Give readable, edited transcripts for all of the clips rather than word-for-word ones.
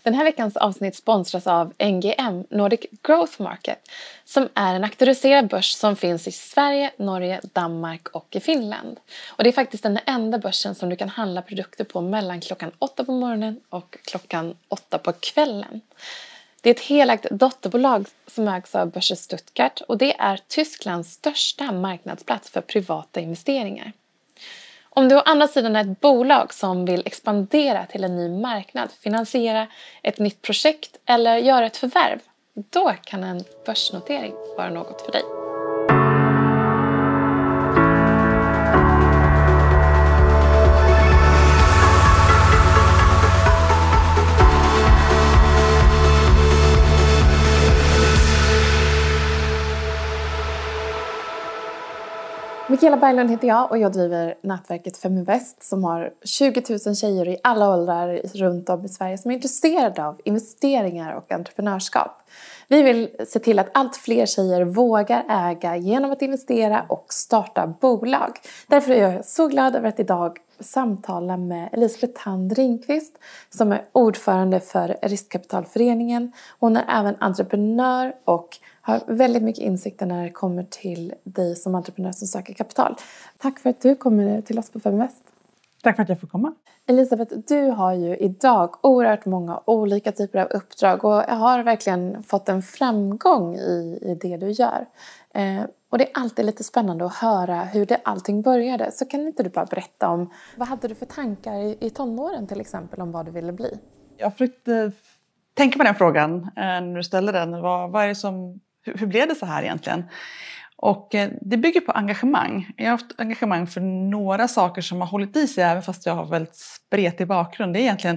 Den här veckans avsnitt sponsras av NGM, Nordic Growth Market, som är en auktoriserad börs som finns i Sverige, Norge, Danmark och i Finland. Och det är faktiskt den enda börsen som du kan handla produkter på mellan klockan 8 på morgonen och klockan 8 på kvällen. Det är ett helägt dotterbolag som ägs av Börse Stuttgart och det är Tysklands största marknadsplats för privata investeringar. Om du å andra sidan är ett bolag som vill expandera till en ny marknad, finansiera ett nytt projekt eller göra ett förvärv, då kan en börsnotering vara något för dig. Mikaela Berglund heter jag och jag driver nätverket Feminvest som har 20 000 tjejer i alla åldrar runt om i Sverige som är intresserade av investeringar och entreprenörskap. Vi vill se till att allt fler tjejer vågar äga genom att investera och starta bolag. Därför är jag så glad över att idag samtala med Elisabeth Thand Ringqvist som är ordförande för Riskkapitalföreningen. Hon är även entreprenör och har väldigt mycket insikter när det kommer till dig som entreprenör som söker kapital. Tack för att du kommer till oss på Feminvest. Tack för att jag får komma. Elisabeth, du har ju idag oerhört många olika typer av uppdrag och har verkligen fått en framgång i det du gör. Och det är alltid lite spännande att höra hur allting började. Så kan inte du bara berätta om, vad hade du för tankar i tonåren till exempel om vad du ville bli? Jag försökte tänka på den frågan när du ställde den. Vad är det hur blev det så här egentligen? Och det bygger på engagemang. Jag har haft engagemang för några saker som har hållit i sig även fast jag har väldigt spretig bakgrund. Det är egentligen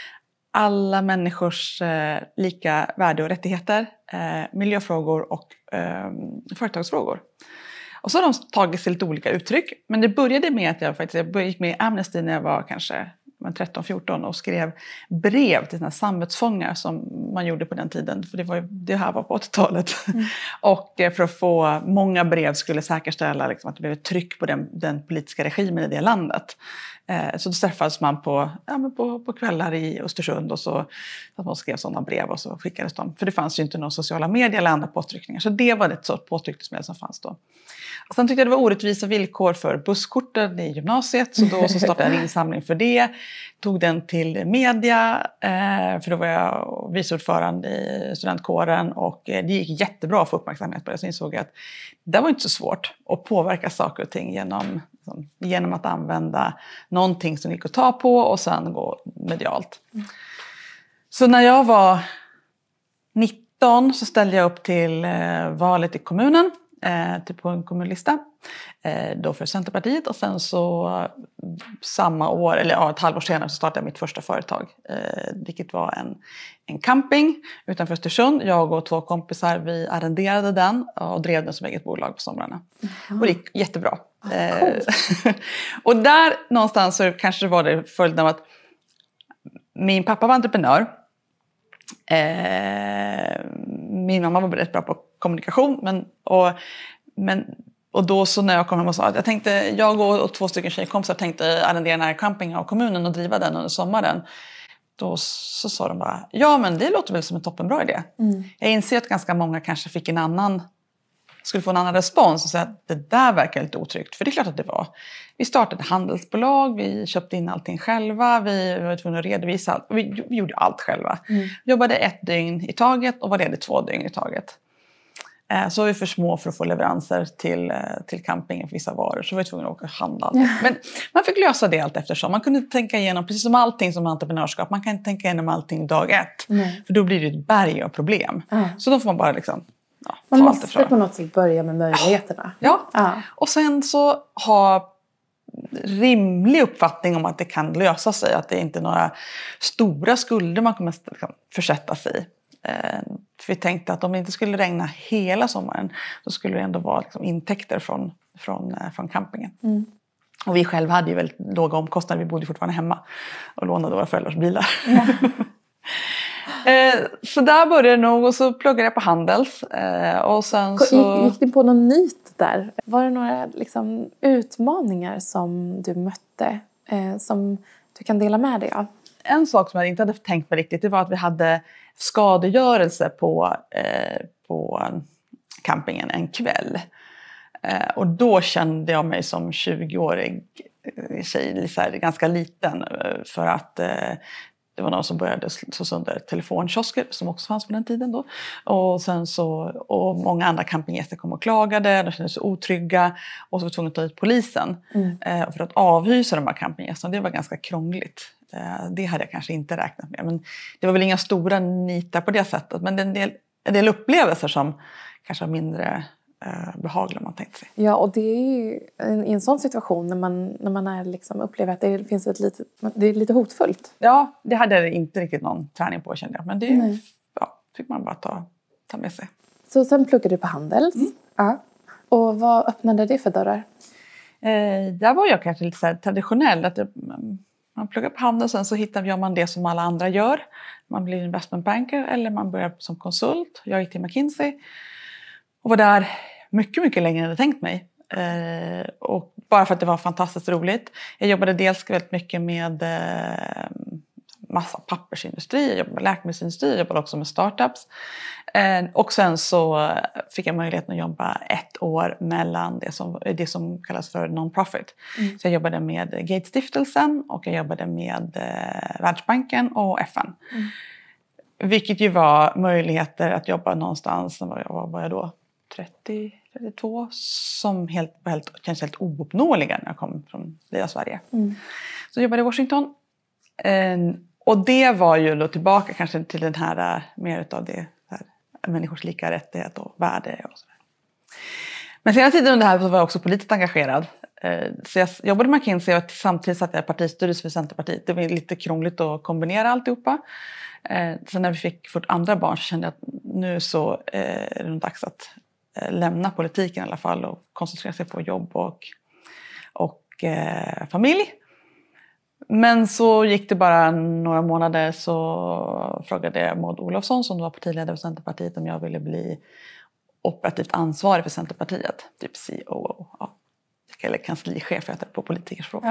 alla människors lika värde och rättigheter, miljöfrågor och företagsfrågor. Och så har de tagit sig lite olika uttryck. Men det började med att jag gick med i Amnesty när jag var kanske 13-14 och skrev brev till såna samvetsfångar som man gjorde på den tiden. För det här var på 80-talet. Mm. Och för att få många brev skulle säkerställa liksom, att det blev ett tryck på den politiska regimen i det landet. Så då träffades man på kvällar i Östersund och så att man skrev sådana brev och så skickades de. För det fanns ju inte några sociala medier eller andra påtryckningar. Så det var ett sorts påtryckningsmedel som fanns då. Och sen tyckte jag det var orättvisa villkor för busskorten i gymnasiet. Så då startade jag en insamling för det. Tog den till media. För då var jag vice ordförande i studentkåren. Och det gick jättebra att få uppmärksamhet på det. Så insåg jag att det var inte så svårt att påverka saker och ting genom att använda någonting som gick att ta på och sen gå medialt. Mm. Så när jag var 19 så ställde jag upp till valet i kommunen. Typ på en kommunlista. Då för Centerpartiet. Och sen så samma år, eller ett halvår senare så startade jag mitt första företag. Vilket var en camping utanför Östersund. Jag och 2 kompisar, vi arrenderade den och drev den som eget bolag på somrarna. Mm. Och det gick jättebra. Och där någonstans så kanske var det följden av att min pappa var entreprenör. Min mamma var rätt bra på kommunikation. Och då så när jag kom hem och sa att jag och 2 stycken tjejkompisar tänkte arrendera den här campingen av kommunen och driva den under sommaren. Då så sa de bara, ja men det låter väl som en toppenbra idé. Mm. Jag inser att ganska många kanske skulle få en annan respons och säga att det där verkar lite otryggt. För det är klart att det var. Vi startade handelsbolag, vi köpte in allting själva, vi var tvungna att redovisa allt. Vi gjorde allt själva. Mm. Jobbade 1 dygn i taget och var ledig 2 dygn i taget. Så var vi för små för att få leveranser till campingen för vissa varor. Så var vi tvungna att åka och handla allt. Men man fick lösa det allt eftersom. Man kunde inte tänka igenom, precis som allting som entreprenörskap. Man kan inte tänka igenom allting dag 1. För då blir det ett berg av problem. Så då får man bara man måste på något sätt börja med möjligheterna. Ja. Och sen så ha rimlig uppfattning om att det kan lösa sig. Att det inte är några stora skulder man kommer försätta sig i. För vi tänkte att om det inte skulle regna hela sommaren så skulle det ändå vara intäkter från campingen. Mm. Och vi själva hade ju väldigt låga omkostnader. Vi bodde fortfarande hemma och lånade våra föräldrars bilar. Ja. Så där började det nog och så pluggade jag på Handels. Och sen så... Gick du på någon nytt där? Var det några utmaningar som du mötte som du kan dela med dig av? en sak som jag inte hade tänkt på riktigt, det var att vi hade skadegörelse på campingen en kväll. Och då kände jag mig som 20-årig tjej ganska liten, för att det var någon som började slå sönder telefonkiosker som också fanns på den tiden då. Och sen och många andra campinggäster kom och klagade, de kände sig otrygga och så var tvungna att ta ut polisen för att avhysa de här campinggästerna. Det var ganska krångligt. Det hade jag kanske inte räknat med. Men det var väl inga stora nitar på det sättet. Men en del upplevelser som kanske var mindre behagliga man tänkte sig. Ja, och det är ju i en sån situation när man är liksom upplever att det finns det är lite hotfullt. Ja, det hade jag inte riktigt någon träning på, kände jag. Men det fick man bara ta med sig. Så sen pluggade du på Handels. Ja. Och vad öppnade det för dörrar? Där var jag kanske lite så här traditionell. Att man pluggar på Handels och sen så gör man det som alla andra gör. Man blir investment banker eller man börjar som konsult. Jag gick till McKinsey och var där mycket, mycket längre än jag hade tänkt mig. Och bara för att det var fantastiskt roligt. Jag jobbade dels väldigt mycket med massa pappersindustri, jag jobbade med läkemedelsindustri, jag jobbade också med startups. Och sen så fick jag möjligheten att jobba 1 år mellan det som kallas för non-profit. Så jag jobbade med Gates-stiftelsen och jag jobbade med Världsbanken och FN. Vilket ju var möjligheter att jobba någonstans, vad var jag då? 32 som känns helt ouppnåeliga när jag kom från lilla Sverige. Så jag jobbade i Washington. Och det var ju då tillbaka kanske till den här mer av det här, människors lika rättighet och värde och sådär. Men senare tiden under det här så var jag också politiskt engagerad. Så jag jobbade med McKinsey och samtidigt satt jag i partistyrelse för Centerpartiet. Det var lite krångligt att kombinera alltihopa. Sen när vi fick vårt andra barn så kände jag att nu så är det nog dags att lämna politiken i alla fall och koncentrera sig på jobb och familj. Men så gick det bara några månader så frågade jag Maud Olofsson som då var partiledare för Centerpartiet om jag ville bli operativt ansvarig för Centerpartiet. Typ COO, eller kanslichef heter det på politikerspråk.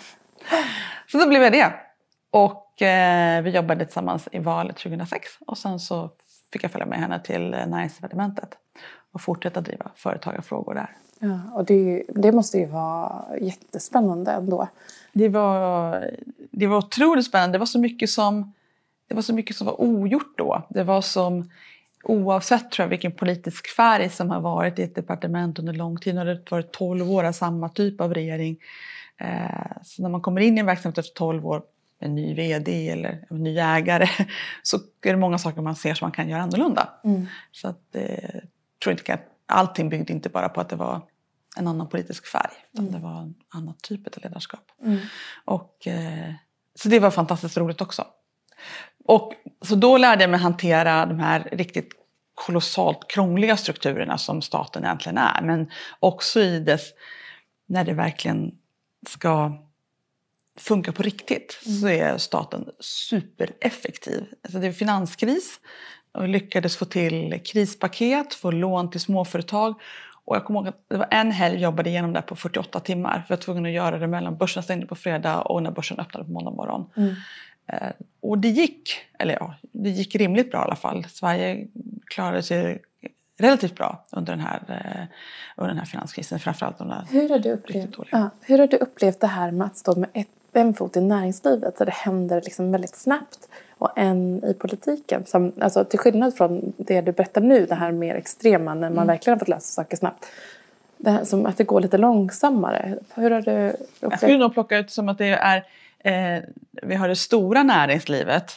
Så då blev jag det. Och vi jobbade tillsammans i valet 2006 och sen så fick jag följa med henne till Näringsdepartementet och fortsätta driva företagarfrågor där. Ja, och det måste ju vara jättespännande ändå. Det var otroligt spännande. Det var så mycket som var ogjort då. Det var som, oavsett tror jag vilken politisk färg som har varit i ett departement under lång tid. När det varit 12 år av samma typ av regering. Så när man kommer in i en verksamhet efter 12 år, en ny vd eller en ny ägare, så är det många saker man ser som man kan göra annorlunda. Så att tror inte att allting byggde inte bara på att det var en annan politisk färg, utan det var en annan typ av ledarskap. Och så det var fantastiskt roligt också. Och så då lärde jag mig hantera de här riktigt kolossalt krångliga strukturerna som staten egentligen är, men också i dess, när det verkligen ska funka på riktigt, så är staten supereffektiv. Alltså det är finanskris och lyckades få till krispaket, få lån till småföretag. Och jag kommer ihåg att det var en helg jobbade igenom det på 48 timmar. För jag var tvungen att göra det mellan börsen stängde på fredag och när börsen öppnade på måndag morgon. Och det gick rimligt bra i alla fall. Sverige klarade sig relativt bra under den här finanskrisen. Framförallt de där hur har du upplevt det här med att stå med en fot i näringslivet så det händer liksom väldigt snabbt och en i politiken? Alltså, till skillnad från det du berättar nu, det här mer extrema när man verkligen har fått lösa saker snabbt. Det här, som att det går lite långsammare. Hur har du upplevt? Jag skulle nog plocka ut som att det är vi har det stora näringslivet,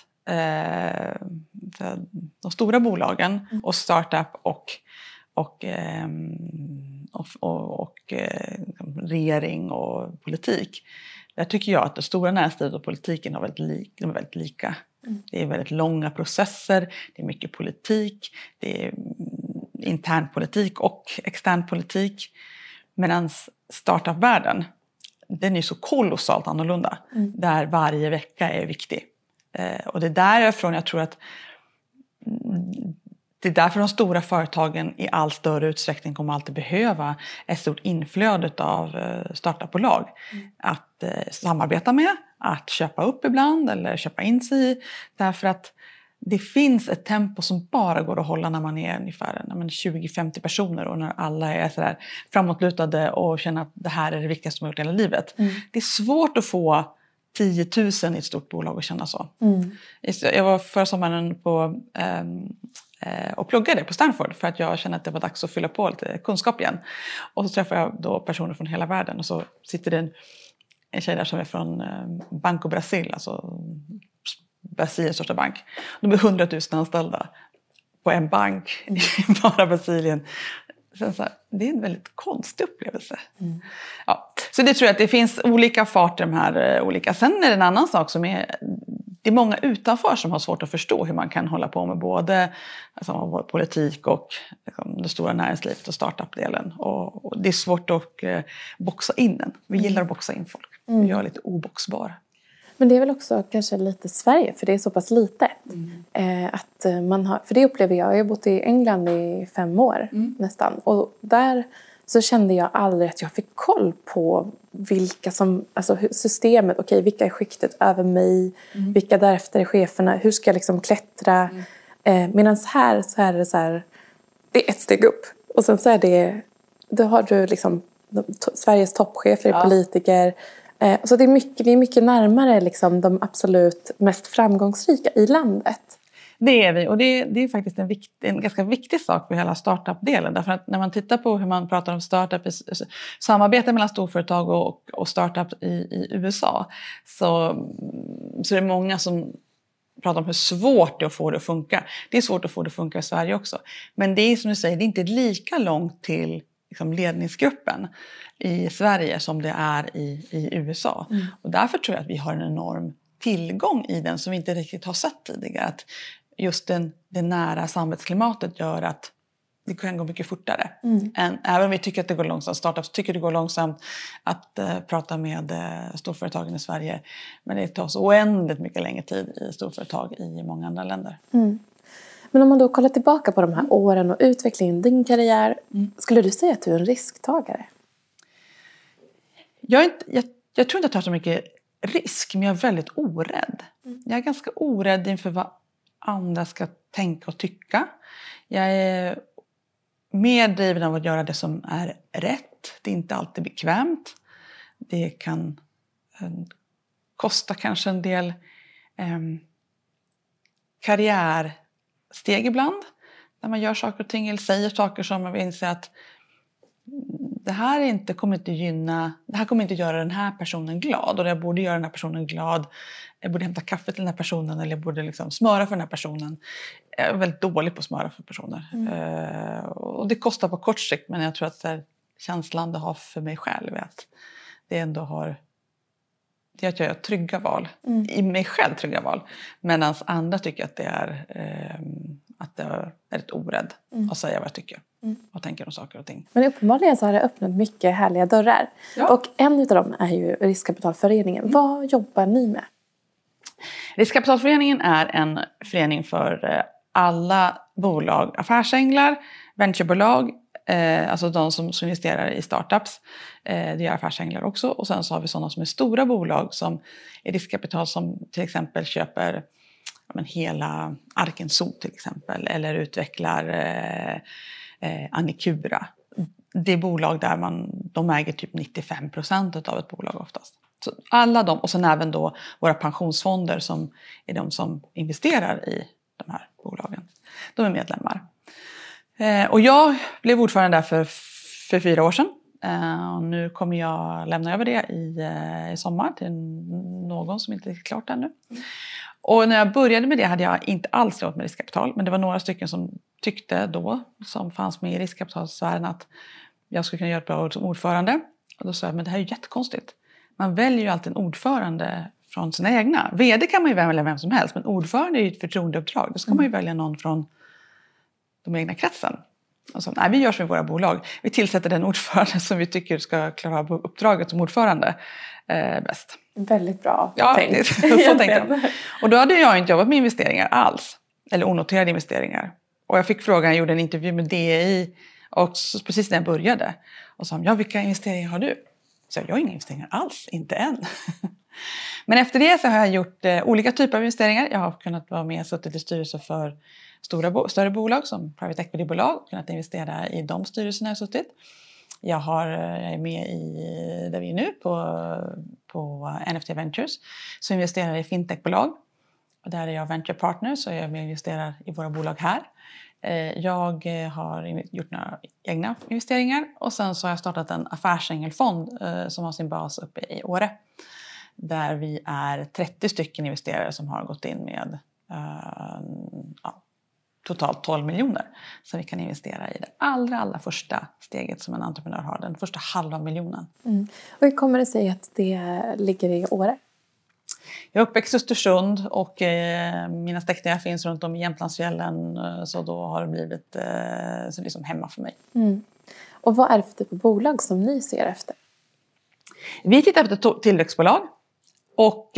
de stora bolagen och startup och regering och politik. Där tycker jag att det stora näringslivet och politiken är väldigt lika. Det är väldigt långa processer, det är mycket politik, det är intern politik och extern politik. Medan startup-världen, den är så kolossalt annorlunda. Där varje vecka är viktig. Och det är därifrån jag tror att det är därför de stora företagen i allt större utsträckning kommer alltid behöva ett stort inflöde av startupbolag att samarbeta med att köpa upp ibland eller köpa in sig i. Därför att det finns ett tempo som bara går att hålla när man är ungefär 20-50 personer och när alla är så där framåtlutade och känner att det här är det viktigaste man gjort i hela livet. Det är svårt att få 10 000 i ett stort bolag att känna så. Jag var förra sommaren och pluggade på Stanford för att jag kände att det var dags att fylla på lite kunskap igen. Och så träffade jag då personer från hela världen och så sitter det en tjej där som är från Banco Brasil, alltså Brasiliens största bank. De är 100 000 anställda på en bank i bara Brasilien. Så här, det är en väldigt konstig upplevelse. Ja, så det tror jag att det finns olika farter de här olika. Sen är det en annan sak som det är många utanför som har svårt att förstå hur man kan hålla på med både politik och det stora näringslivet och startup-delen. Och det är svårt att boxa in den. Vi gillar att boxa in folk. Vi är lite oboxbara. Men det är väl också kanske lite Sverige, för det är så pass litet. Att man har, för det upplever jag har bott i England i 5 år nästan. Och där så kände jag aldrig att jag fick koll på vilka som, alltså systemet, okej, vilka är skiktet över mig, vilka därefter är cheferna, hur ska jag liksom klättra. Medan här så är det så här, det är ett steg upp. Och sen så är det, då har du liksom Sveriges toppchefer, politiker. Så vi är mycket närmare liksom de absolut mest framgångsrika i landet. Det är vi, och det är faktiskt en ganska viktig sak för hela startup-delen. Därför att när man tittar på hur man pratar om startup, samarbete mellan storföretag och startup i USA, så är det många som pratar om hur svårt det är att få det att funka. Det är svårt att få det att funka i Sverige också. Men det är som du säger, det är inte lika långt till liksom ledningsgruppen i Sverige som det är i USA. Och därför tror jag att vi har en enorm tillgång i den som vi inte riktigt har sett tidigare. Att just det nära samarbetsklimatet gör att det kan gå mycket fortare. Även om vi tycker att det går långsamt, startups tycker det går långsamt att prata med storföretagen i Sverige. Men det tar så oändligt mycket längre tid i storföretag i många andra länder. Men om man då kollar tillbaka på de här åren och utvecklingen, din karriär, skulle du säga att du är en risktagare? Jag tror inte att jag tar så mycket risk, men jag är väldigt orädd. Jag är ganska orädd inför vad andra ska tänka och tycka. Jag är mer driven av att göra det som är rätt. Det är inte alltid bekvämt. Det kan kosta kanske en del karriärsteg ibland. När man gör saker och ting eller säger saker som man inser att det här kommer inte göra den här personen glad. Och jag borde göra den här personen glad. Jag borde hämta kaffe till den här personen. Eller jag borde liksom smöra för den här personen. Jag är väldigt dålig på att smöra för personer. Och det kostar på kort sikt. Men jag tror att känslan det har för mig själv är att det ändå har... Det är att jag gör trygga val. I mig själv trygga val. Medan andra tycker att det är... att jag är väldigt orädd att säga vad jag tycker. Och tänker om saker och ting. Men uppenbarligen så har det öppnat mycket härliga dörrar. Ja. Och en av dem är ju Riskkapitalföreningen. Vad jobbar ni med? Riskkapitalföreningen är en förening för alla bolag, affärsänglar, venturebolag, alltså de som investerar i startups. Det gör affärsänglar också. Och sen så har vi sådana som är stora bolag som är riskkapital som till exempel köper hela Arkenso till exempel. Eller utvecklar Annikura. Det är bolag där de äger typ 95% av ett bolag oftast. Så alla de, och sen även då våra pensionsfonder som är de som investerar i de här bolagen. De är medlemmar. Och jag blev ordförande där för 4 år sedan. Och nu kommer jag lämna över det i sommar till någon som inte är klart ännu. Och när jag började med det hade jag inte alls jobbat med riskkapital. Men det var några stycken som tyckte då, som fanns med i riskkapitalsfären, att jag skulle kunna göra ett bra ord som ordförande. Och då sa jag, men det här är ju jättekonstigt. Man väljer ju alltid en ordförande från sina egna. VD kan man ju välja vem som helst, men ordförande är ju ett förtroendeuppdrag. Då ska man ju välja någon från de egna kretsen. Och så, nej, vi gör som i våra bolag. Vi tillsätter den ordförande som vi tycker ska klara av uppdraget som ordförande bäst. Väldigt bra tänkt. Så tänkte jag. Och då hade jag inte jobbat med investeringar alls. Eller onoterade investeringar. Och jag fick frågan, jag gjorde en intervju med DI. Och precis när jag började. Och sa, vilka investeringar har du? Så jag har inga investeringar alls, inte än. Men efter det så har jag gjort olika typer av investeringar. Jag har kunnat vara med och suttit i styrelser för större bolag som private equity-bolag. Kunnat investera i de styrelserna jag har suttit. Jag är med i, där vi är nu, på NFT Ventures. Så investerar i fintechbolag. Och där är jag venture partner, så jag är med och investerar i våra bolag här. Jag har gjort några egna investeringar. Och sen så har jag startat en affärsängelfond som har sin bas uppe i Åre. Där vi är 30 stycken investerare som har gått in med totalt 12 miljoner. Så vi kan investera i det allra första steget som en entreprenör har. Den första halva miljonen. Och hur kommer det sig att det ligger i Åre? Jag är uppväxt i Östersund och mina släktingar finns runt om i Jämtlandsfjällen. Så då har det blivit så liksom hemma för mig. Och vad är det för typ av bolag som ni ser efter? Vi tittar efter tillväxtbolag. Och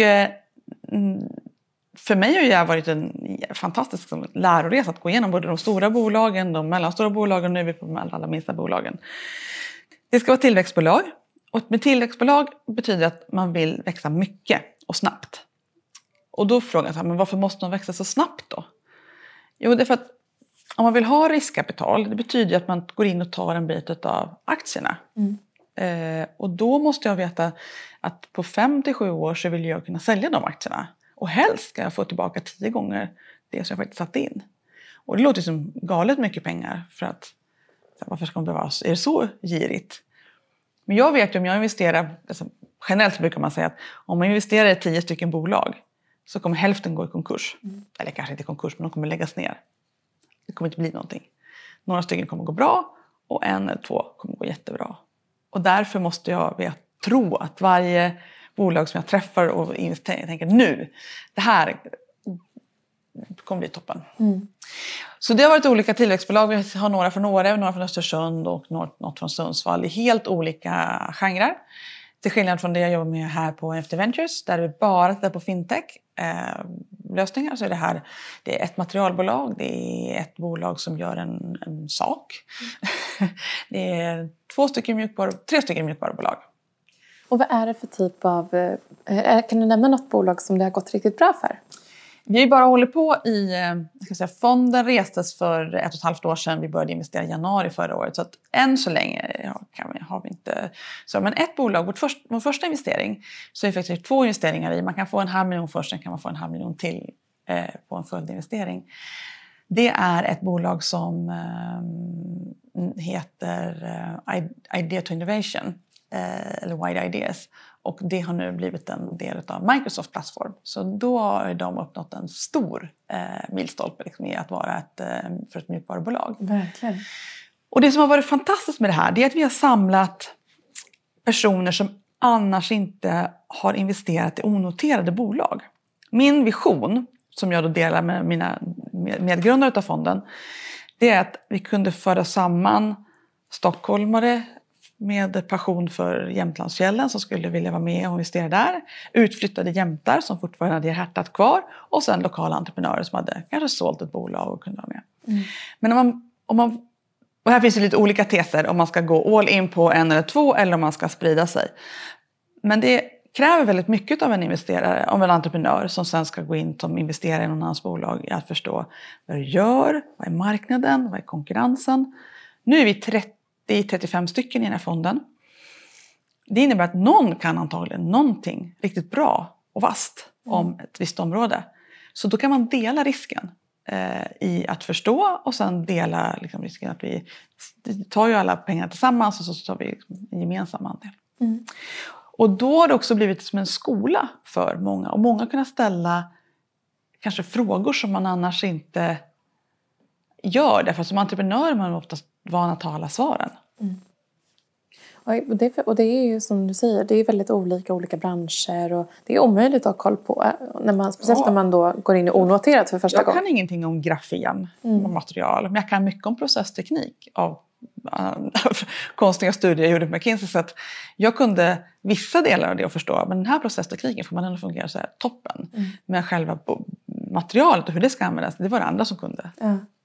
för mig har det varit en fantastisk läroresa att gå igenom både de stora bolagen, de mellanstora bolagen och nu är vi på de allra minsta bolagen. Det ska vara tillväxtbolag. Och med tillväxtbolag betyder det att man vill växa mycket och snabbt. Och då frågar jag, men varför måste man växa så snabbt då? Jo, det är för att om man vill ha riskkapital, det betyder att man går in och tar en bit av aktierna. Och då måste jag veta att på 5-7 år så vill jag kunna sälja de aktierna. Och helst ska jag få tillbaka 10 gånger det som jag faktiskt satt in. Och det låter som galet mycket pengar för att varför ska man behöva, är det så girigt? Men jag vet ju om jag investerar, alltså, generellt brukar man säga att om man investerar i 10 stycken bolag så kommer hälften gå i konkurs. Eller kanske inte konkurs, men de kommer läggas ner. Det kommer inte bli någonting. Några stycken kommer gå bra och 1 eller 2 kommer gå jättebra. Och därför måste jag tro att varje bolag som jag träffar och tänker nu, det här kommer bli toppen. Så det har varit olika tillväxtbolag. Vi har några från Åre, några från Östersund och något från Sundsvall. I helt olika genrer. Till skillnad från det jag jobbar med här på NFT Ventures. Där vi bara tittar på fintech-lösningar. Så är det är ett materialbolag. Det är ett bolag som gör en sak. Det är 3 stycken mjukvarubolag. Och vad är det för typ av... Kan du nämna något bolag som det har gått riktigt bra för? Vi bara håller på fonden restes för 1,5 år sedan. Vi började investera i januari förra året. Så att än så länge har vi inte så. Men ett bolag, vår första investering, så är det faktiskt 2 investeringar i. Man kan få 500 000 först, sen kan man få 500 000 till på en följdinvestering. Det är ett bolag som heter Idea to Innovation. Eller Wide Ideas. Och det har nu blivit en del av Microsoft plattform. Så då har de uppnått en stor milstolpe liksom, i att vara för ett mjukvarubolag. Verkligen. Och det som har varit fantastiskt med det här, det är att vi har samlat personer som annars inte har investerat i onoterade bolag. Min vision, som jag då delar med mina medgrundare av fonden, det är att vi kunde föra samman stockholmare med passion för Jämtlandsfjällen som skulle vilja vara med och investera där. Utflyttade jämtar som fortfarande hade hjärtat kvar. Och sen lokala entreprenörer som hade kanske sålt ett bolag och kunde vara med. Men och här finns det lite olika teser om man ska gå all in på 1 eller 2 eller om man ska sprida sig. Men det kräver väldigt mycket av en investerare, av en entreprenör som sen ska gå in som investerare i någon annans bolag i att förstå vad det gör, vad är marknaden, vad är konkurrensen. Nu är vi 35 stycken i den här fonden. Det innebär att någon kan antagligen någonting riktigt bra och vast om ett visst område. Så då kan man dela risken i att förstå och sen dela liksom, risken att vi tar ju alla pengar tillsammans och så tar vi en gemensam andel. Och då har det också blivit som en skola för många. Och många kan ställa kanske frågor som man annars inte gör. Därför att som entreprenör är man oftast van att ta alla svaren. Och det är ju som du säger, det är väldigt olika branscher och det är omöjligt att ha koll på. Speciellt när man då går in i onoterat för första gången. Jag kan ingenting om grafem och material, men jag kan mycket om processteknik av konstiga studier jag gjorde på McKinsey. Så att jag kunde vissa delar av det att förstå, men den här processtekniken får man ändå fungera så här toppen. Men själva materialet och hur det ska användas, det var det andra som kunde.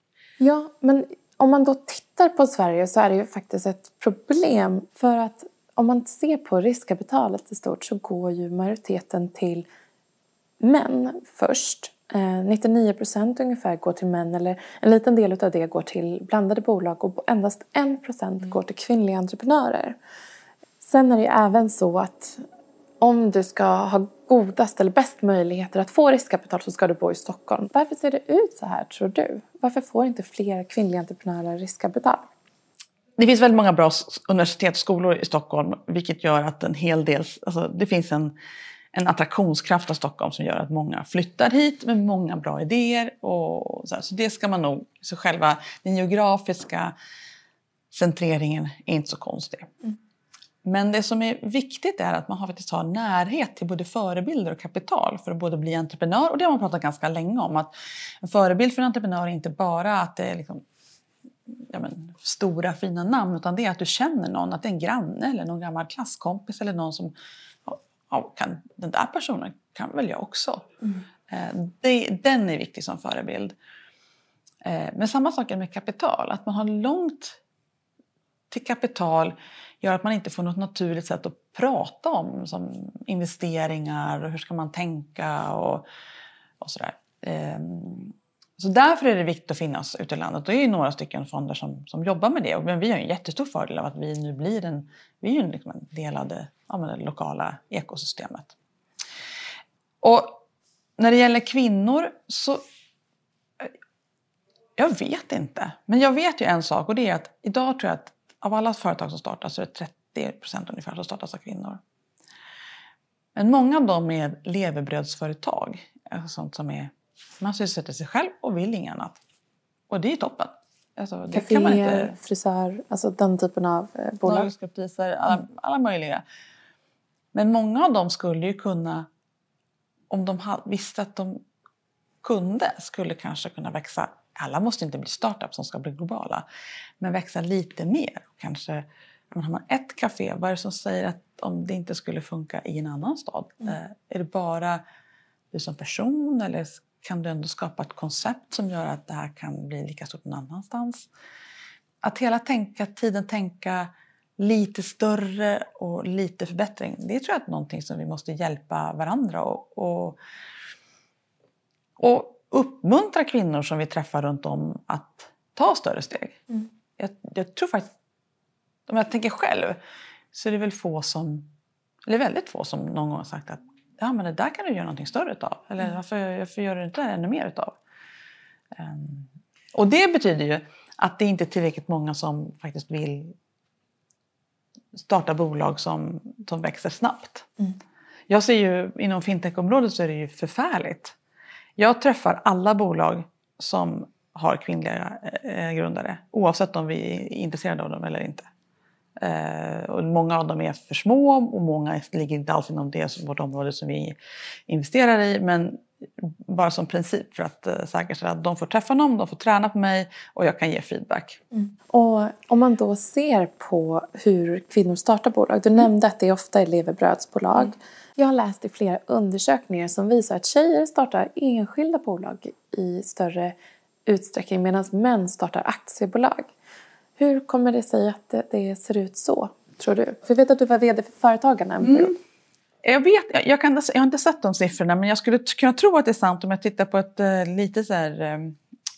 Ja, men om man då tittar på Sverige så är det ju faktiskt ett problem för att om man ser på riskkapitalet i stort så går ju majoriteten till män först. 99% ungefär går till män, eller en liten del av det går till blandade bolag och endast 1% går till kvinnliga entreprenörer. Sen är det ju även så att om du ska ha godast eller bäst möjligheter att få riskkapital så ska du bo i Stockholm. Varför ser det ut så här, tror du? Varför får inte fler kvinnliga entreprenörer riskkapital? Det finns väldigt många bra universitet och skolor i Stockholm, vilket gör att en hel del, alltså det finns en attraktionskraft av Stockholm som gör att många flyttar hit med många bra idéer. Och så det ska man nog, så själva den geografiska centreringen är inte så konstig. Men det som är viktigt är att man faktiskt har närhet till både förebilder och kapital för att både bli entreprenör. Och det har man pratat ganska länge om, att en förebild för en entreprenör är inte bara att det är liksom, stora fina namn, utan det är att du känner någon, att det är en granne eller någon gammal klasskompis eller någon som kan, den där personen kan väl jag också. Den är viktig som förebild. Men samma sak är med kapital, att man har långt till kapital gör att man inte får något naturligt sätt att prata om, som investeringar och hur ska man tänka och sådär. Så därför är det viktigt att finnas ute i landet. Och det är ju några stycken fonder som jobbar med det. Men vi har en jättestor fördel av att vi nu blir vi är liksom en del av det lokala ekosystemet. Och när det gäller kvinnor så jag vet inte. Men jag vet ju en sak, och det är att idag tror jag att av alla företag som startas så är det 30% ungefär som startas av kvinnor. Men många av dem är levebrödsföretag. Alltså sånt som är, man sysselsätter sig själv och vill inget annat. Och det är toppen. Alltså, det Café, kan man inte, frisör, alltså den typen av bolag. Norgespriser, alla möjliga. Men många av dem skulle ju kunna, om de visste att de skulle kanske kunna växa. Alla måste inte bli startups som ska bli globala. Men växa lite mer. Kanske, har man ett café, vad är det som säger att om det inte skulle funka i en annan stad? Är det bara du som person, eller kan du ändå skapa ett koncept som gör att det här kan bli lika stort någon annanstans? Att hela tiden tänka lite större och lite förbättring. Det tror jag är någonting som vi måste hjälpa varandra och uppmuntra kvinnor som vi träffar runt om att ta större steg. Jag tror faktiskt, om jag tänker själv, så är det väl väldigt få som någon gång har sagt att ja, men det där kan du göra någonting större utav. Eller varför gör du inte det ännu mer utav? Och det betyder ju att det inte är tillräckligt många som faktiskt vill starta bolag som växer snabbt. Jag ser ju inom fintech-området så är det ju förfärligt. Jag träffar alla bolag som har kvinnliga grundare, oavsett om vi är intresserade av dem eller inte. Och många av dem är för små och många ligger inte alls inom vårt område som vi investerar i. Men bara som princip för att säkerställa att de får träffa någon, de får träna på mig och jag kan ge feedback. Och om man då ser på hur kvinnor startar bolag, du nämnde att det ofta är levebrödsbolag. Jag har läst i flera undersökningar som visar att tjejer startar enskilda bolag i större utsträckning medan män startar aktiebolag. Hur kommer det sig att det ser ut så, tror du? För jag vet att du var vd för Företagarna en period. Jag har inte sett de siffrorna, men jag skulle kunna tro att det är sant om jag tittar på ett lite så här,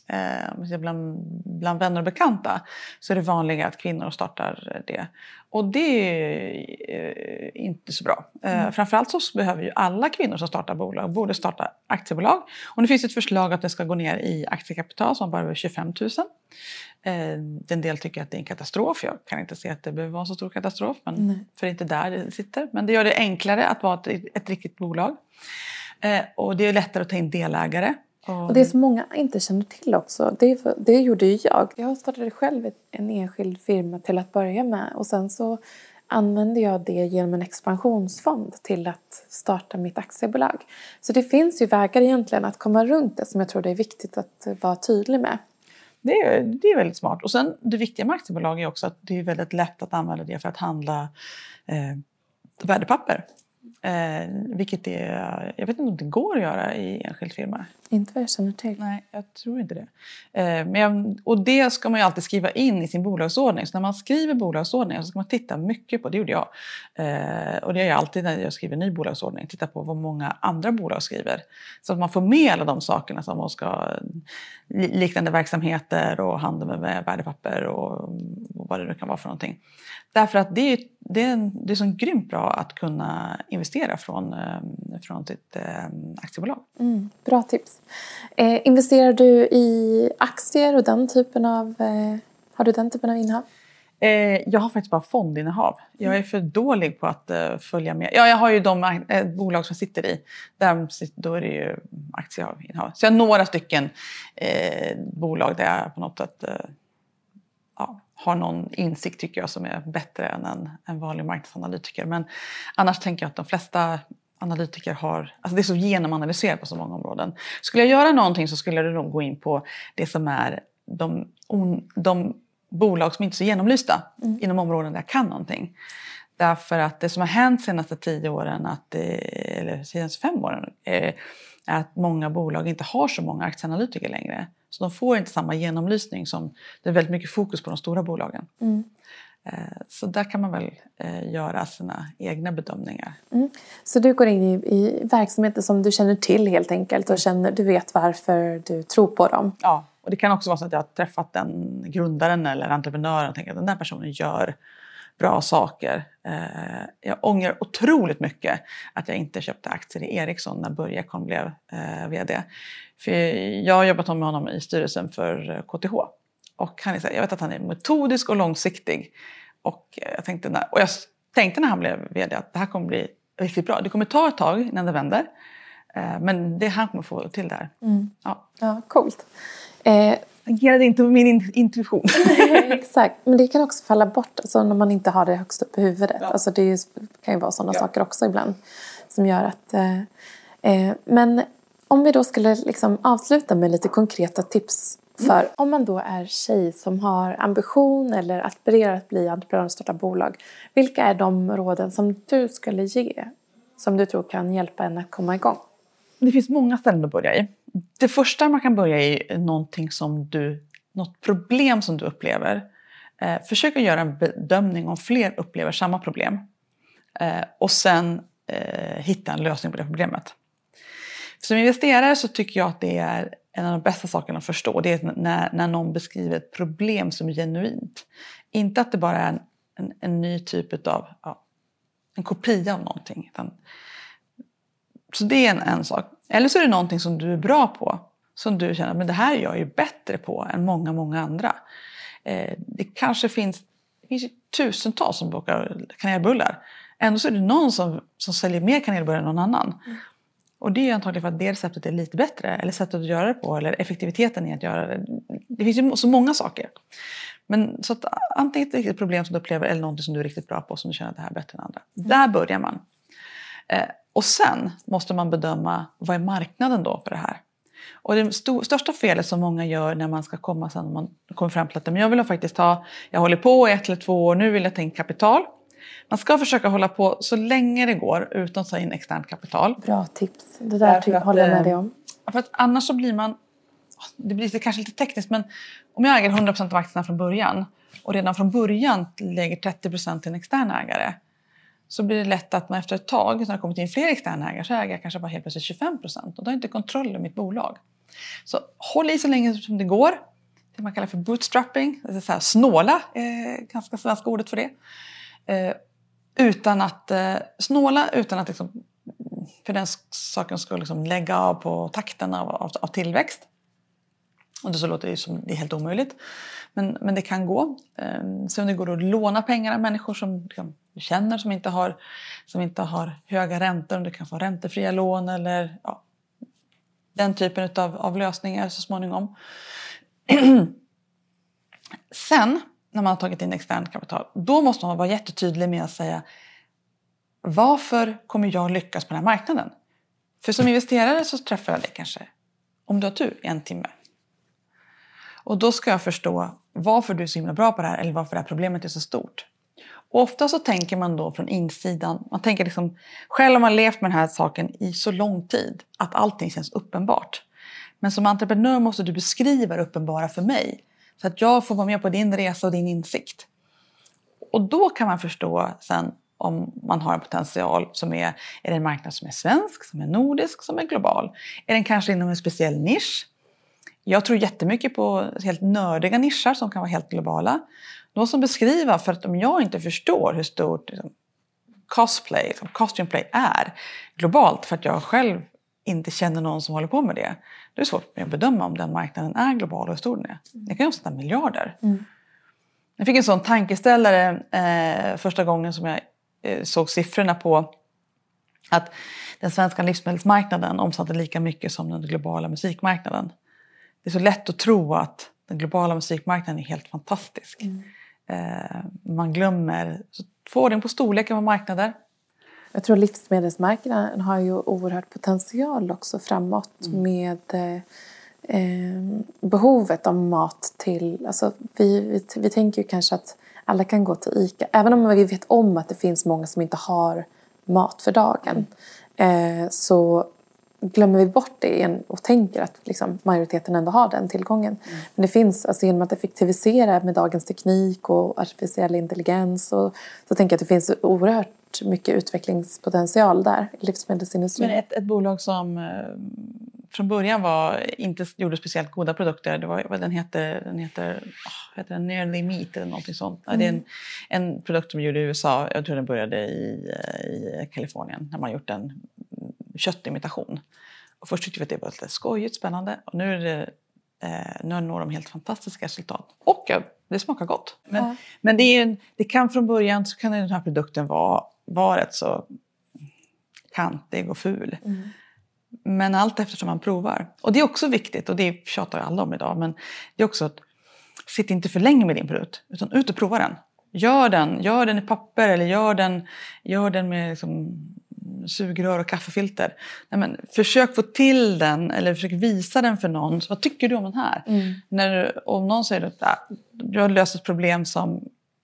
bland vänner och bekanta, så är det vanliga att kvinnor startar det. Och det är inte så bra. Framförallt så behöver ju alla kvinnor som startar bolag borde starta aktiebolag. Och det finns ett förslag att det ska gå ner i aktiekapital som bara är 25 000. En del tycker att det är en katastrof. Jag kan inte se att det behöver vara en så stor katastrof. Men för det är inte där det sitter. Men det gör det enklare att vara ett riktigt bolag. Och det är lättare att ta in delägare. Och det som många inte känner till också, det gjorde ju jag. Jag startade själv en enskild firma till att börja med. Och sen så använde jag det genom en expansionsfond till att starta mitt aktiebolag. Så det finns ju vägar egentligen att komma runt det som jag tror det är viktigt att vara tydlig med. Det är väldigt smart. Och sen det viktiga med aktiebolag är också att det är väldigt lätt att använda det för att handla värdepapper. Vilket är, jag vet inte om det går att göra i enskild firma. Inte vad jag känner till. Nej, jag tror inte det. Och det ska man ju alltid skriva in i sin bolagsordning. Så när man skriver bolagsordning så ska man titta mycket på, det gjorde jag. Och det gör jag alltid när jag skriver ny bolagsordning. Titta på vad många andra bolag skriver. Så att man får med alla de sakerna som man ska, liknande verksamheter och handel med värdepapper och vad det nu kan vara för någonting. Därför att det är så grymt bra att kunna investera från sitt aktiebolag. Bra tips. Investerar du i aktier och den typen av... har du den typen av innehav? Jag har faktiskt bara fondinnehav. Jag är för dålig på att följa med. Ja, jag har ju de bolag som sitter i. Då är det ju aktieinnehav. Så jag har några stycken bolag där jag på något sätt har någon insikt tycker jag som är bättre än en vanlig marknadsanalytiker. Men annars tänker jag att de flesta analytiker har, alltså det är så genomanalyserat på så många områden. Skulle jag göra någonting så skulle jag nog gå in på det som är de bolag som inte är så genomlysta inom områden där jag kan någonting. Därför att det som har hänt senaste 10 åren, eller senaste 5 åren, är att många bolag inte har så många aktieanalytiker längre. Så de får inte samma genomlysning som det är väldigt mycket fokus på de stora bolagen. Så där kan man väl göra sina egna bedömningar. Så du går in i verksamheter som du känner till helt enkelt och du vet varför du tror på dem? Ja, och det kan också vara så att jag har träffat den grundaren eller entreprenören och tänker att den där personen gör bra saker. Jag ångrar otroligt mycket att jag inte köpte aktier i Ericsson när Börje Ekholm blev vd. För jag har jobbat med honom i styrelsen för KTH. Och jag vet att han är metodisk och långsiktig. Och jag tänkte när han blev vd att det här kommer bli riktigt bra. Det kommer ta ett tag innan det vänder. Men han kommer få till det här. Ja, coolt. Agerade inte på min intuition. Exakt, men det kan också falla bort alltså, när man inte har det högst upp i huvudet. Ja. Alltså, det kan ju vara sådana saker också ibland som gör att... men om vi då skulle liksom avsluta med lite konkreta tips för om man då är tjej som har ambition eller aspirerar att bli entreprenör och starta bolag. Vilka är de råden som du skulle ge som du tror kan hjälpa en att komma igång? Det finns många ställen att börja i. Det första man kan börja i är något problem som du upplever. Försök att göra en bedömning om fler upplever samma problem. Och sen hitta en lösning på det problemet. Som investerare så tycker jag att det är en av de bästa sakerna att förstå. Det är när någon beskriver ett problem som är genuint. Inte att det bara är en ny typ av en kopia av någonting. Så det är en sak. Eller så är det någonting som du är bra på. Som du känner, men det här är jag ju bättre på än många, många andra. Det kanske finns tusentals som bakar kanelbullar. Ändå så är det någon som säljer mer kanelbullar än någon annan. Och det är antagligen för att det receptet är lite bättre. Eller sättet att göra det på. Eller effektiviteten i att göra det. Det finns ju så många saker. Men så att antingen ett riktigt problem som du upplever. Eller något som du är riktigt bra på. Som du känner att det här är bättre än andra. Där börjar man. Och sen måste man bedöma. Vad är marknaden då för det här? Och det största felet som många gör när man ska komma sen. Man kommer fram till att men jag vill faktiskt jag håller på 1 eller 2 år. Nu vill jag ta in kapital. Man ska försaka hålla på så länge det går utan att ta in externt kapital. Bra tips. Det där håller jag med dig om. För att annars så blir man... Det blir kanske lite tekniskt, men om jag äger 100% av aktierna från början och redan från början lägger 30% till en extern ägare, så blir det lätt att man efter ett tag, när det kommer in fler externa ägare, så äger jag kanske bara helt plötsligt 25%. Och då har jag inte kontroll över mitt bolag. Så håll i så länge som det går. Det man kallar för bootstrapping. Det är så här, snåla ganska svenska ordet för det. Utan att liksom, för den saken skulle liksom lägga av på takten av tillväxt. Och det så låter det som det är helt omöjligt. Men det kan gå. Så om det går att låna pengar av människor som du känner som inte har höga räntor. Om du kan få räntefria lån eller den typen av lösningar så småningom. Sen när man har tagit in externt kapital, då måste man vara jättetydlig med att säga varför kommer jag lyckas på den här marknaden? För som investerare så träffar jag dig kanske, om du har tur, 1 timme. Och då ska jag förstå varför du är så himla bra på det här eller varför det här problemet är så stort. Och ofta så tänker man då från insidan, man tänker liksom, själv har man levt med den här saken i så lång tid att allting känns uppenbart. Men som entreprenör måste du beskriva det uppenbara för mig. Så att jag får vara med på din resa och din insikt. Och då kan man förstå sen om man har en potential som är det en marknad som är svensk, som är nordisk, som är global. Är den kanske inom en speciell nisch? Jag tror jättemycket på helt nördiga nischer som kan vara helt globala. Då måste man beskriva, för att om jag inte förstår hur stort cosplay, costume play är globalt, för att jag själv inte känner någon som håller på med det. Det är svårt att bedöma om den marknaden är global och hur stor den är. Det kan ju omsätta miljarder. Jag fick en sån tankeställare första gången som jag såg siffrorna på att den svenska livsmedelsmarknaden omsatte lika mycket som den globala musikmarknaden. Det är så lätt att tro att den globala musikmarknaden är helt fantastisk. Man glömmer, så får den på storleken på marknader. Jag tror livsmedelsmarknaden har ju oerhört potential också framåt med behovet av mat till, alltså vi tänker ju kanske att alla kan gå till ICA, även om vi vet om att det finns många som inte har mat för dagen, så glömmer vi bort det igen och tänker att liksom majoriteten ändå har den tillgången. Men det finns, alltså genom att effektivisera med dagens teknik och artificiell intelligens, och så tänker jag att det finns oerhört mycket utvecklingspotential där i livsmedelsindustrin. Men ett bolag som från början inte gjorde speciellt goda produkter, det var, den heter Nearly Meat eller någonting sånt. Det är en produkt som gjorde i USA, jag tror den började i Kalifornien, när man gjort en köttimitation. Och först tyckte vi att det var lite skojigt, spännande, och nu når de helt fantastiska resultat. Och det smakar gott. Men det kan från början, så kan den här produkten vara rätt så kantig och ful. Men allt eftersom man provar. Och det är också viktigt, och det tjatar alla om idag, men det är också att sitt inte för länge med din produkt, utan ut och prova den. Gör den i papper, eller gör den med liksom sugrör och kaffefilter. Nej, men försök få till den, eller försök visa den för någon. Så vad tycker du om den här? Om någon säger att du har löst ett problem som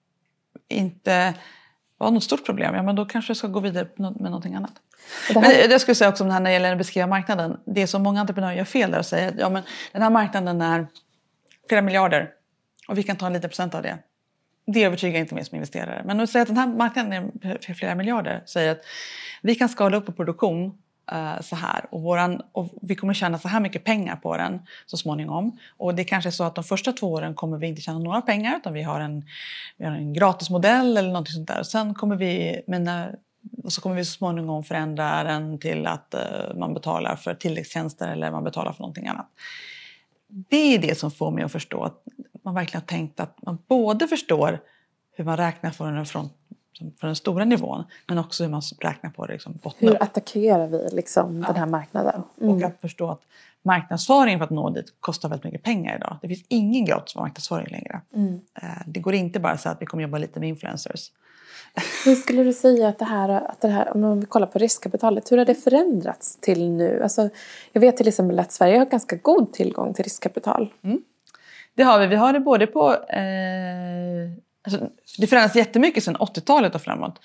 inte var något stort problem, ja, men då kanske jag ska gå vidare med någonting annat. Men jag skulle säga också om det här när det gäller att beskriva marknaden. Det är så många entreprenörer gör fel där och säger att ja, men den här marknaden är flera miljarder och vi kan ta en liten procent av det. Det övertygar inte mig som investerare. Men att säga att den här marknaden är flera miljarder, säger att vi kan skala upp på produktion så här. Och vi kommer tjäna så här mycket pengar på den så småningom. Och det kanske är så att de första 2 åren kommer vi inte tjäna några pengar, utan vi har en gratismodell eller något sånt där. Och sen kommer så kommer vi så småningom förändra den till att man betalar för tilläggstjänster eller man betalar för någonting annat. Det är det som får mig att förstå att man verkligen har tänkt att man både förstår hur man räknar från den stora nivån, men också hur man räknar på det liksom botten. Hur attackerar vi liksom den här marknaden? Och att förstå att marknadsföring för att nå dit kostar väldigt mycket pengar idag. Det finns ingen gratis marknadsföring längre. Det går inte bara så att vi kommer jobba lite med influencers. Hur skulle du säga att det här, om vi kollar på riskkapitalet, hur har det förändrats till nu? Alltså, jag vet till exempel att Sverige har ganska god tillgång till riskkapital. Det har vi. Vi har det både på... det förändras jättemycket sedan 80-talet och framåt.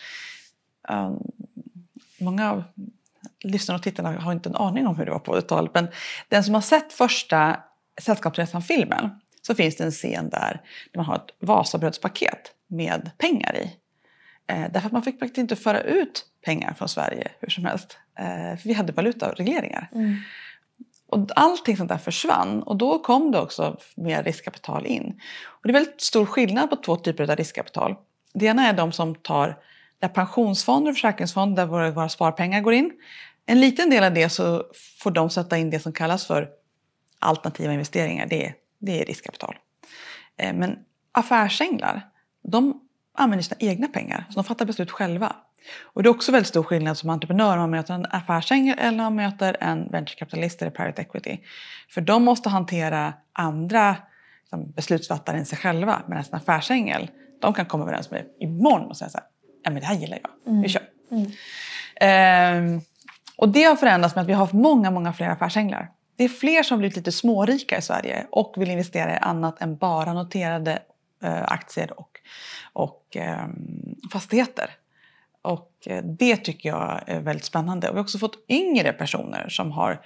Många av lyssnarna och tittarna har inte en aning om hur det var på 80-talet. Men den som har sett första Sällskapsresan-filmen, så finns det en scen där man har ett Vasabrödspaket med pengar i. Därför att man fick faktiskt inte föra ut pengar från Sverige hur som helst. För vi hade valutaregleringar. Och allting sånt där försvann. Och då kom det också mer riskkapital in. Och det är väldigt stor skillnad på 2 typer av riskkapital. Det ena är de som där pensionsfonder och försäkringsfonder, där våra sparpengar går in. En liten del av det så får de sätta in det som kallas för alternativa investeringar. Det är riskkapital. Men affärsänglar, de använder sina egna pengar. Så de fattar beslut själva. Och det är också väldigt stor skillnad som entreprenör om man möter en affärsängel eller om man möter en venturekapitalist eller private equity. För de måste hantera andra beslutsfattare än sig själva. Medan en affärsängel, de kan komma överens med imorgon och säga så här: ja, men det här gillar jag, vi kör. Och det har förändrats med att vi har många, många fler affärsänglar. Det är fler som blivit lite smårika i Sverige och vill investera i annat än bara noterade aktier och fastigheter. Och det tycker jag är väldigt spännande. Och vi har också fått yngre personer som har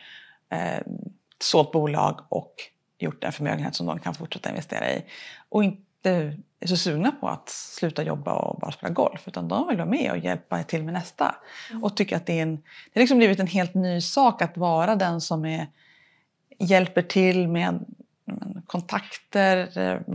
sålt bolag och gjort en förmögenhet som de kan fortsätta investera i. Och inte är så sugna på att sluta jobba och bara spela golf. Utan de vill vara med och hjälpa till med nästa. Och tycker att det är liksom blivit en helt ny sak att vara den som hjälper till med kontakter,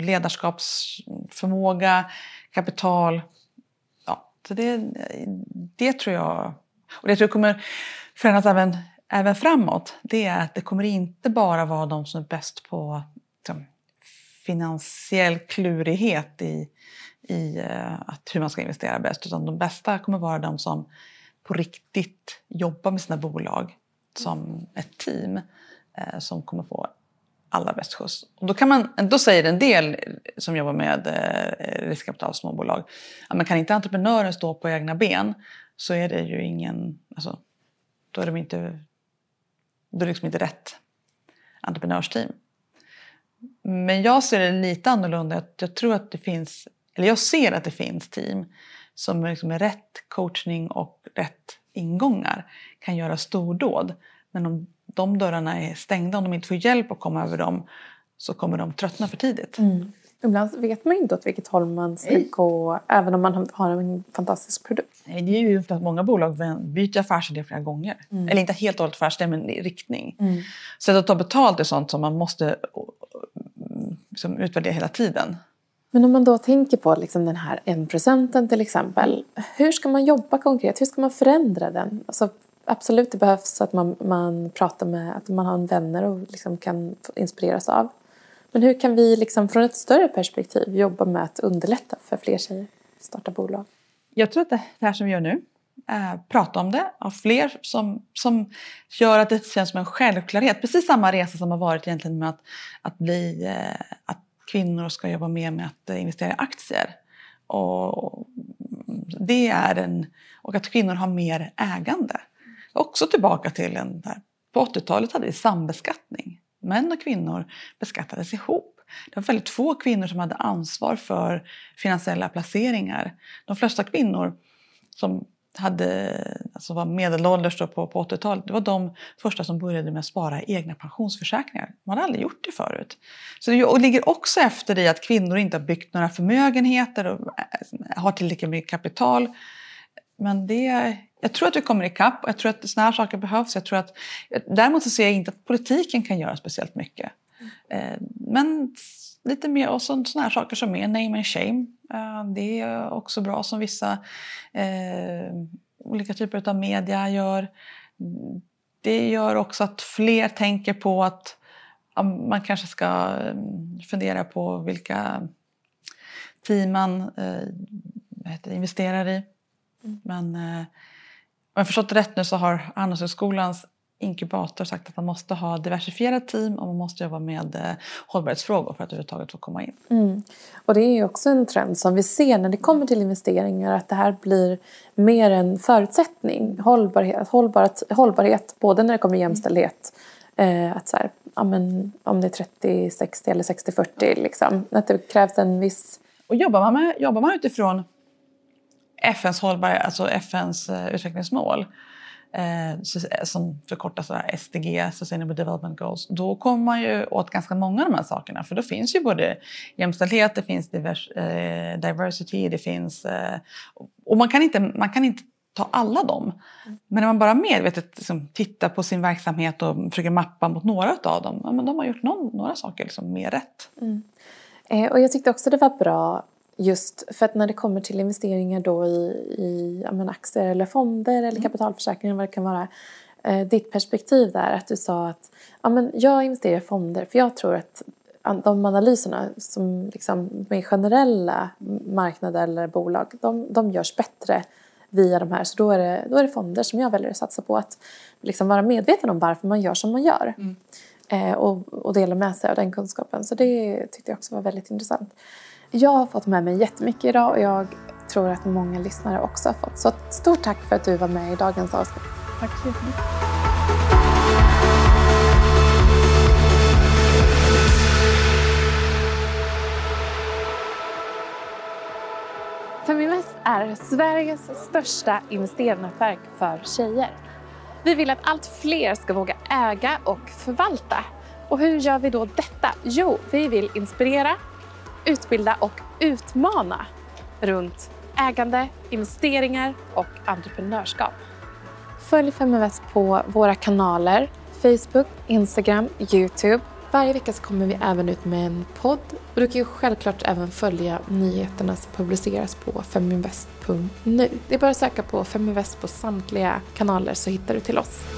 ledarskapsförmåga, kapital. Ja, så det tror jag, och det tror jag kommer förändras även framåt. Det är att det kommer inte bara vara de som är bäst på liksom, finansiell klurighet i att hur man ska investera bäst. Utan de bästa kommer vara de som på riktigt jobbar med sina bolag som ett team som kommer få allra bäst skjuts. Och då säger en del som jobbar med riskkapital småbolag att man kan inte entreprenören stå på egna ben, så är det ju ingen, alltså, då är det liksom inte rätt entreprenörsteam. Men jag ser det lite annorlunda. Jag tror att jag ser att det finns team som liksom med rätt coachning och rätt ingångar kan göra stordåd. Men om de dörrarna är stängda, om de inte får hjälp att komma över dem, så kommer de tröttna för tidigt. Ibland vet man inte åt vilket håll man ska gå, även om man har en fantastisk produkt. Nej, det är ju att många bolag byter affärsidé flera gånger. Eller inte helt och hållet affärsidé, men riktning. Så att ta betalt är sånt som man måste liksom utvärdera hela tiden. Men om man då tänker på liksom den här 1% till exempel. Hur ska man jobba konkret? Hur ska man förändra den? Alltså, absolut, det behövs att man pratar med, att man har vänner och liksom kan inspireras av. Men hur kan vi liksom från ett större perspektiv jobba med att underlätta för fler tjejer att starta bolag? Jag tror att det här som vi gör nu, prata om det, av fler som gör att det känns som en självklarhet. Precis samma resa som har varit egentligen med att kvinnor ska jobba mer med att investera i aktier. Och att kvinnor har mer ägande. Också tillbaka till på 80-talet hade vi sambeskattning. Män och kvinnor beskattades ihop. Det var väldigt få kvinnor som hade ansvar för finansiella placeringar. De flesta kvinnor som var medelålders på 80-talet, det var de första som började med att spara egna pensionsförsäkringar. Man hade aldrig gjort det förut. Så det ligger också efter i att kvinnor inte har byggt några förmögenheter och har tillräckligt mycket kapital. Men jag tror att vi kommer ikapp, och jag tror att såna här saker behövs. Däremot så ser jag inte att politiken kan göra speciellt mycket. Men lite mer, och såna här saker som är name and shame. Det är också bra som vissa olika typer av media gör. Det gör också att fler tänker på att man kanske ska fundera på vilka team man investerar i. Men om jag förstått rätt nu så har Handelshögskolans inkubator sagt att man måste ha diversifierat team och man måste jobba med hållbarhetsfrågor för att överhuvudtaget få komma in. Och det är ju också en trend som vi ser när det kommer till investeringar, att det här blir mer en förutsättning. Hållbarhet både när det kommer jämställdhet, att så här, om det är 30-60 eller 60-40 liksom, att det krävs en viss... Och jobbar man utifrån FNs utvecklingsmål, som förkortas SDG, Sustainable Development Goals, då kommer man ju åt ganska många av de här sakerna. För då finns ju både jämställdhet, det finns diversity, det finns... Och man kan inte ta alla dem. Men när man bara medvetet liksom tittar på sin verksamhet och försöker mappa mot några av dem, men de har gjort några saker liksom mer rätt. Och jag tyckte också det var bra, just för att när det kommer till investeringar då i aktier eller fonder eller kapitalförsäkringar, vad det kan vara, ditt perspektiv där, att du sa att jag investerar i fonder för jag tror att de analyserna som liksom med generella marknader eller bolag, de görs bättre via de här, så då är det fonder som jag väljer att satsa på, att liksom vara medveten om varför man gör som man gör. Och dela med sig av den kunskapen. Så det tyckte jag också var väldigt intressant. Jag har fått med mig jättemycket idag och jag tror att många lyssnare också har fått. Så stort tack för att du var med i dagens avsnitt. Tack så mycket. Feminvest är Sveriges största investeringsnätverk för tjejer. Vi vill att allt fler ska våga äga och förvalta. Och hur gör vi då detta? Jo, vi vill inspirera, utbilda och utmana runt ägande, investeringar och entreprenörskap. Följ Feminvest på våra kanaler, Facebook, Instagram, YouTube. Varje vecka så kommer vi även ut med en podd. Och du kan ju självklart även följa nyheterna som publiceras på feminvest.nu. Det är bara att söka på Feminvest på samtliga kanaler så hittar du till oss.